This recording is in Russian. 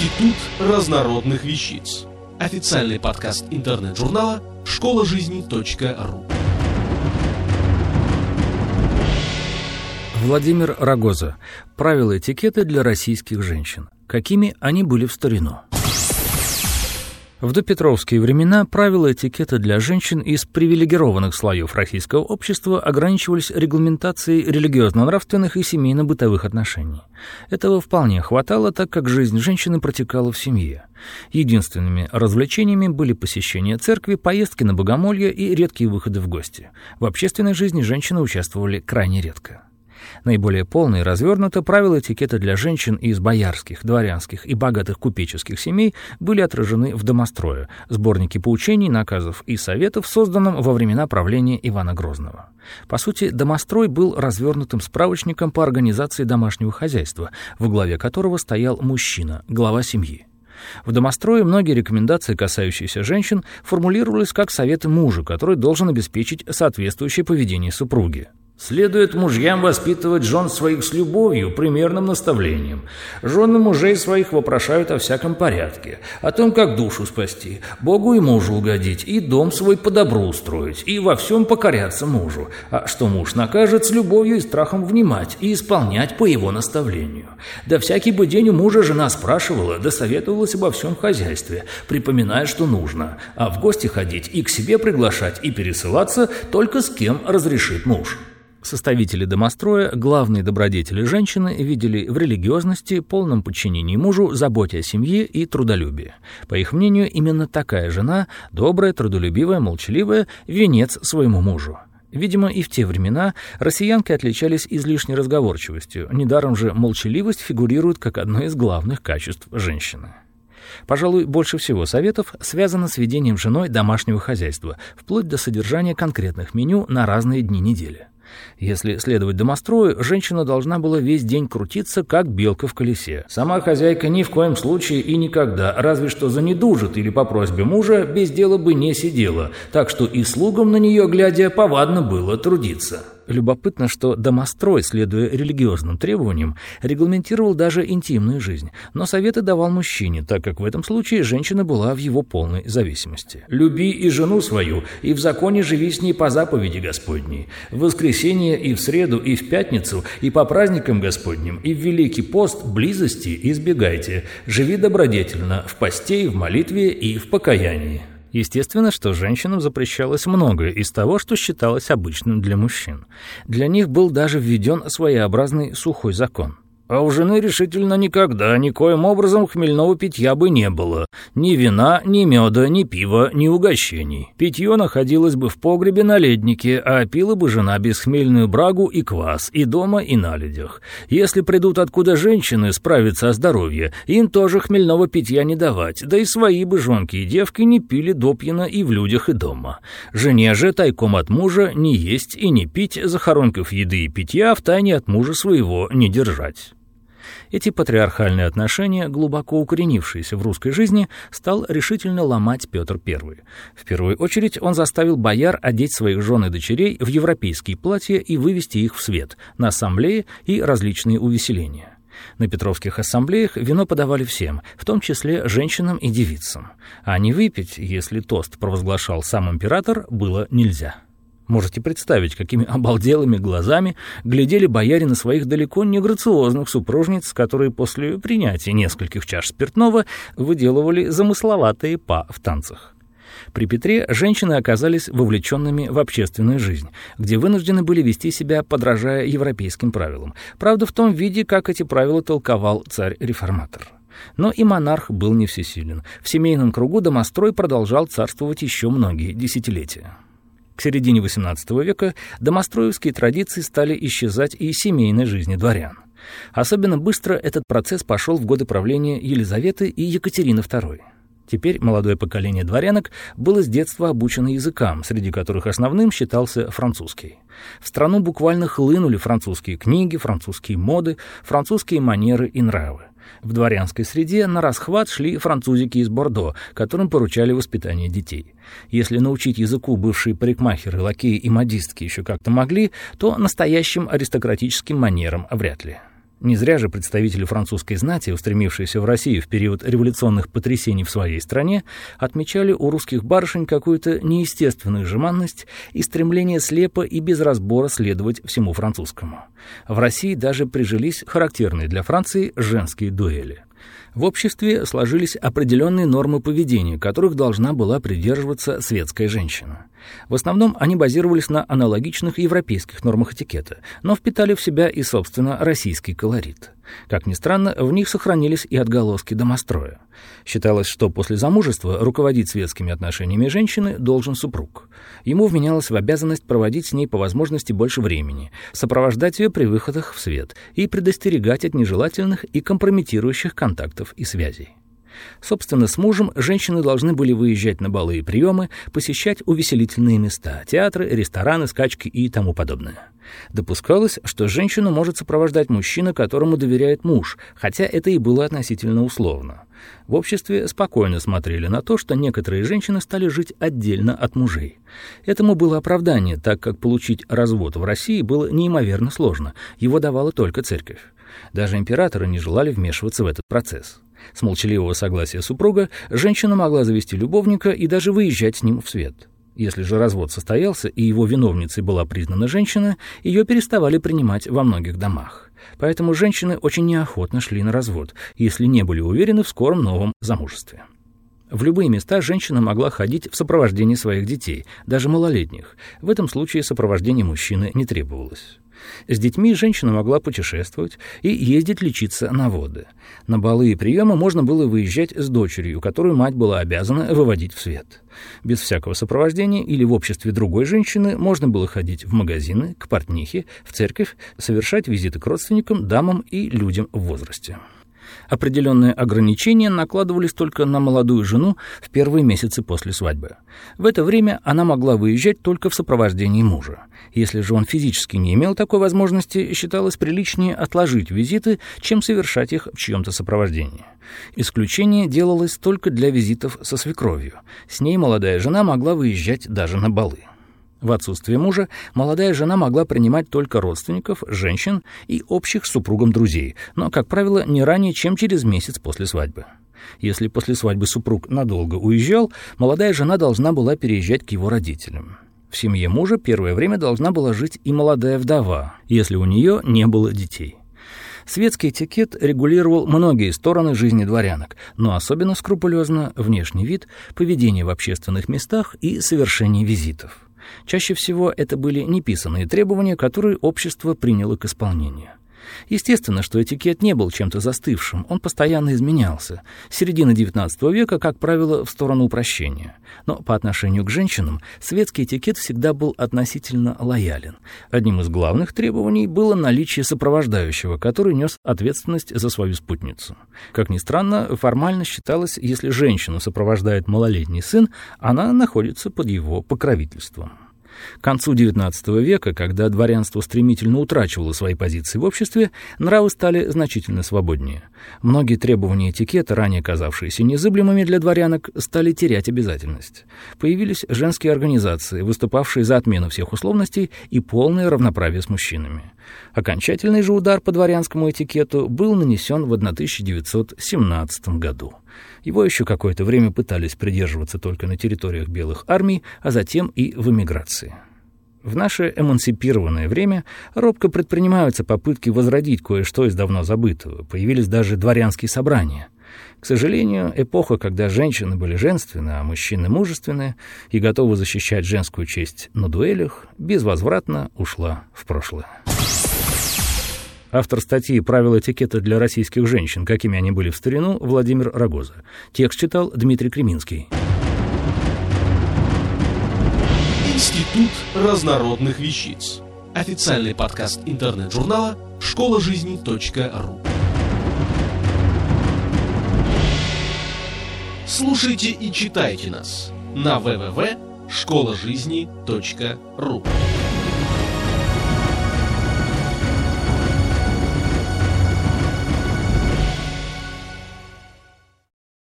Институт разнородных вещиц. Официальный подкаст интернет-журнала школажизни.ру. Владимир Рогоза. Правила этикета для российских женщин. Какими они были в старину? В допетровские времена правила этикета для женщин из привилегированных слоев российского общества ограничивались регламентацией религиозно-нравственных и семейно-бытовых отношений. Этого вполне хватало, так как жизнь женщины протекала в семье. Единственными развлечениями были посещение церкви, поездки на богомолье и редкие выходы в гости. В общественной жизни женщины участвовали крайне редко. Наиболее полно и развернуто правила этикета для женщин из боярских, дворянских и богатых купеческих семей были отражены в «Домострое», сборнике поучений, наказов и советов, созданном во времена правления Ивана Грозного. По сути, «Домострой» был развернутым справочником по организации домашнего хозяйства, во главе которого стоял мужчина, глава семьи. В «Домострое» многие рекомендации, касающиеся женщин, формулировались как советы мужа, который должен обеспечить соответствующее поведение супруги. Следует мужьям воспитывать жен своих с любовью, примерным наставлением. Жены мужей своих вопрошают о всяком порядке, о том, как душу спасти, Богу и мужу угодить, и дом свой по добру устроить, и во всем покоряться мужу. А что муж накажет, с любовью и страхом внимать и исполнять по его наставлению. Да всякий бы день у мужа жена спрашивала, да советовалась обо всем хозяйстве, припоминая, что нужно, а в гости ходить и к себе приглашать и пересылаться только с кем разрешит муж. Составители «Домостроя», главные добродетели женщины, видели в религиозности, полном подчинении мужу, заботе о семье и трудолюбии. По их мнению, именно такая жена, добрая, трудолюбивая, молчаливая, венец своему мужу. Видимо, и в те времена россиянки отличались излишней разговорчивостью, недаром же молчаливость фигурирует как одно из главных качеств женщины. Пожалуй, больше всего советов связано с ведением женой домашнего хозяйства, вплоть до содержания конкретных меню на разные дни недели. Если следовать «Домострою», женщина должна была весь день крутиться, как белка в колесе. Сама хозяйка ни в коем случае и никогда, разве что занедужит или по просьбе мужа, без дела бы не сидела, так что и слугам на нее, глядя, повадно было трудиться. Любопытно, что «Домострой», следуя религиозным требованиям, регламентировал даже интимную жизнь, но советы давал мужчине, так как в этом случае женщина была в его полной зависимости. «Люби и жену свою, и в законе живи с ней по заповеди Господней. В воскресенье и в среду, и в пятницу, и по праздникам Господним, и в Великий пост близости избегайте. Живи добродетельно, в посте и в молитве и в покаянии». Естественно, что женщинам запрещалось многое из того, что считалось обычным для мужчин. Для них был даже введен своеобразный сухой закон. А у жены решительно никогда, никоим образом хмельного питья бы не было. Ни вина, ни меда, ни пива, ни угощений. Питье находилось бы в погребе на леднике, а пила бы жена бесхмельную брагу и квас, и дома, и на людях. Если придут откуда женщины справиться о здоровье, им тоже хмельного питья не давать, да и свои бы жонки и девки не пили допьяно и в людях, и дома. Жене же тайком от мужа не есть и не пить, захоронков еды и питья втайне от мужа своего не держать. Эти патриархальные отношения, глубоко укоренившиеся в русской жизни, стал решительно ломать Петр I. В первую очередь он заставил бояр одеть своих жен и дочерей в европейские платья и вывести их в свет, на ассамблеи и различные увеселения. На петровских ассамблеях вино подавали всем, в том числе женщинам и девицам. А не выпить, если тост провозглашал сам император, было нельзя. Можете представить, какими обалделыми глазами глядели бояре на своих далеко не грациозных супружниц, которые после принятия нескольких чаш спиртного выделывали замысловатые па в танцах. При Петре женщины оказались вовлеченными в общественную жизнь, где вынуждены были вести себя, подражая европейским правилам. Правда, в том виде, как эти правила толковал царь-реформатор. Но и монарх был не всесилен. В семейном кругу Домострой продолжал царствовать еще многие десятилетия. К середине XVIII века домостроевские традиции стали исчезать и из семейной жизни дворян. Особенно быстро этот процесс пошел в годы правления Елизаветы и Екатерины II. Теперь молодое поколение дворянок было с детства обучено языкам, среди которых основным считался французский. В страну буквально хлынули французские книги, французские моды, французские манеры и нравы. В дворянской среде на расхват шли французики из Бордо, которым поручали воспитание детей. Если научить языку бывшие парикмахеры, лакеи и модистки еще как-то могли, то настоящим аристократическим манерам вряд ли. Не зря же представители французской знати, устремившиеся в Россию в период революционных потрясений в своей стране, отмечали у русских барышень какую-то неестественную жеманность и стремление слепо и без разбора следовать всему французскому. В России даже прижились характерные для Франции женские дуэли. В обществе сложились определенные нормы поведения, которых должна была придерживаться светская женщина. В основном они базировались на аналогичных европейских нормах этикета, но впитали в себя и, собственно, российский колорит. Как ни странно, в них сохранились и отголоски домостроя. Считалось, что после замужества руководить светскими отношениями женщины должен супруг. Ему вменялось в обязанность проводить с ней по возможности больше времени, сопровождать ее при выходах в свет и предостерегать от нежелательных и компрометирующих контактов и связей. Собственно, с мужем женщины должны были выезжать на балы и приемы, посещать увеселительные места, театры, рестораны, скачки и тому подобное. Допускалось, что женщину может сопровождать мужчина, которому доверяет муж, хотя это и было относительно условно. В обществе спокойно смотрели на то, что некоторые женщины стали жить отдельно от мужей. Этому было оправдание, так как получить развод в России было неимоверно сложно, его давала только церковь. Даже императоры не желали вмешиваться в этот процесс. С молчаливого согласия супруга женщина могла завести любовника и даже выезжать с ним в свет. Если же развод состоялся и его виновницей была признана женщина, ее переставали принимать во многих домах. Поэтому женщины очень неохотно шли на развод, если не были уверены в скором новом замужестве. В любые места женщина могла ходить в сопровождении своих детей, даже малолетних. В этом случае сопровождение мужчины не требовалось. С детьми женщина могла путешествовать и ездить лечиться на воды. На балы и приемы можно было выезжать с дочерью, которую мать была обязана выводить в свет. Без всякого сопровождения или в обществе другой женщины можно было ходить в магазины, к портнихе, в церковь, совершать визиты к родственникам, дамам и людям в возрасте. Определенные ограничения накладывались только на молодую жену в первые месяцы после свадьбы. В это время она могла выезжать только в сопровождении мужа. Если же он физически не имел такой возможности, считалось приличнее отложить визиты, чем совершать их в чьем-то сопровождении. Исключение делалось только для визитов со свекровью. С ней молодая жена могла выезжать даже на балы. В отсутствие мужа молодая жена могла принимать только родственников, женщин и общих с супругом друзей, но, как правило, не ранее, чем через месяц после свадьбы. Если после свадьбы супруг надолго уезжал, молодая жена должна была переезжать к его родителям. В семье мужа первое время должна была жить и молодая вдова, если у нее не было детей. Светский этикет регулировал многие стороны жизни дворянок, но особенно скрупулезно внешний вид, поведение в общественных местах и совершение визитов. Чаще всего это были неписанные требования, которые общество приняло к исполнению. Естественно, что этикет не был чем-то застывшим, он постоянно изменялся. С середины XIX века, как правило, в сторону упрощения. Но по отношению к женщинам светский этикет всегда был относительно лоялен. Одним из главных требований было наличие сопровождающего, который нес ответственность за свою спутницу. Как ни странно, формально считалось, если женщину сопровождает малолетний сын, она находится под его покровительством. К концу XIX века, когда дворянство стремительно утрачивало свои позиции в обществе, нравы стали значительно свободнее. Многие требования этикета, ранее казавшиеся незыблемыми для дворянок, стали терять обязательность. Появились женские организации, выступавшие за отмену всех условностей и полное равноправие с мужчинами. Окончательный же удар по дворянскому этикету был нанесен в 1917 году. Его еще какое-то время пытались придерживаться только на территориях белых армий, а затем и в эмиграции. В наше эмансипированное время робко предпринимаются попытки возродить кое-что из давно забытого. Появились даже дворянские собрания. К сожалению, эпоха, когда женщины были женственны, а мужчины мужественны и готовы защищать женскую честь на дуэлях, безвозвратно ушла в прошлое. Автор статьи «Правила этикета для российских женщин. Какими они были в старину» Владимир Рогоза. Текст читал Дмитрий Креминский. Институт разнородных вещиц. Официальный подкаст интернет-журнала школажизни.ру. Слушайте и читайте нас на www.школажизни.ру.